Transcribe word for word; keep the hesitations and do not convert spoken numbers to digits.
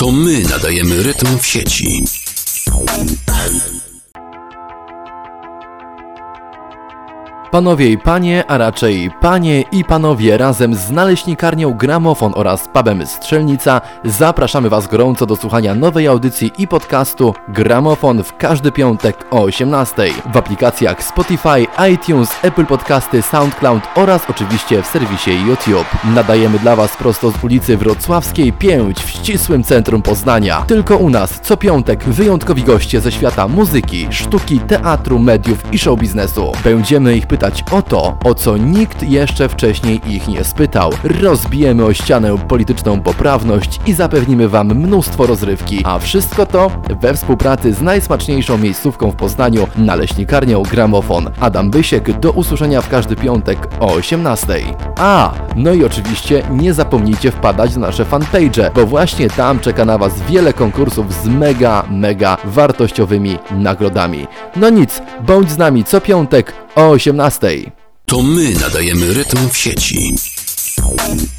To my nadajemy rytm w sieci. Panowie i panie, a raczej panie i panowie, razem z naleśnikarnią Gramofon oraz pubem Strzelnica zapraszamy Was gorąco do słuchania nowej audycji i podcastu Gramofon w każdy piątek o osiemnastej w aplikacjach Spotify, iTunes, Apple Podcasty, SoundCloud oraz oczywiście w serwisie YouTube. Nadajemy dla Was prosto z ulicy Wrocławskiej pięć w ścisłym centrum Poznania. Tylko u nas co piątek wyjątkowi goście ze świata muzyki, sztuki, teatru, mediów i show biznesu. Będziemy ich pytać o to, o co nikt jeszcze wcześniej ich nie spytał. Rozbijemy o ścianę polityczną poprawność i zapewnimy Wam mnóstwo rozrywki, a wszystko to we współpracy z najsmaczniejszą miejscówką w Poznaniu, naleśnikarnią Gramofon. Adam Bysiek, do usłyszenia w każdy piątek o osiemnastej. A, no i oczywiście nie zapomnijcie wpadać na nasze fanpage, bo właśnie tam czeka na Was wiele konkursów z mega, mega wartościowymi nagrodami. No nic, bądź z nami co piątek o osiemnastej. To my nadajemy rytm w sieci.